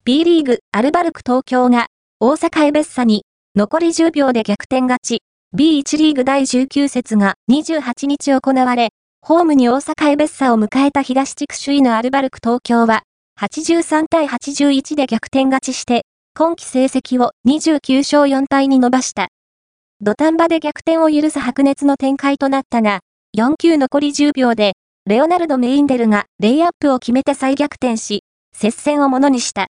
B リーグ、アルバルク東京が、大阪エベッサに、残り10秒で逆転勝ち。B1 リーグ第19節が28日行われ、ホームに大阪エベッサを迎えた東地区首位のアルバルク東京は、83対81で逆転勝ちして、今季成績を29勝4敗に伸ばした。土壇場で逆転を許す白熱の展開となったが、4球残り10秒で、レオナルド・メインデルがレイアップを決めて再逆転し、接戦をものにした。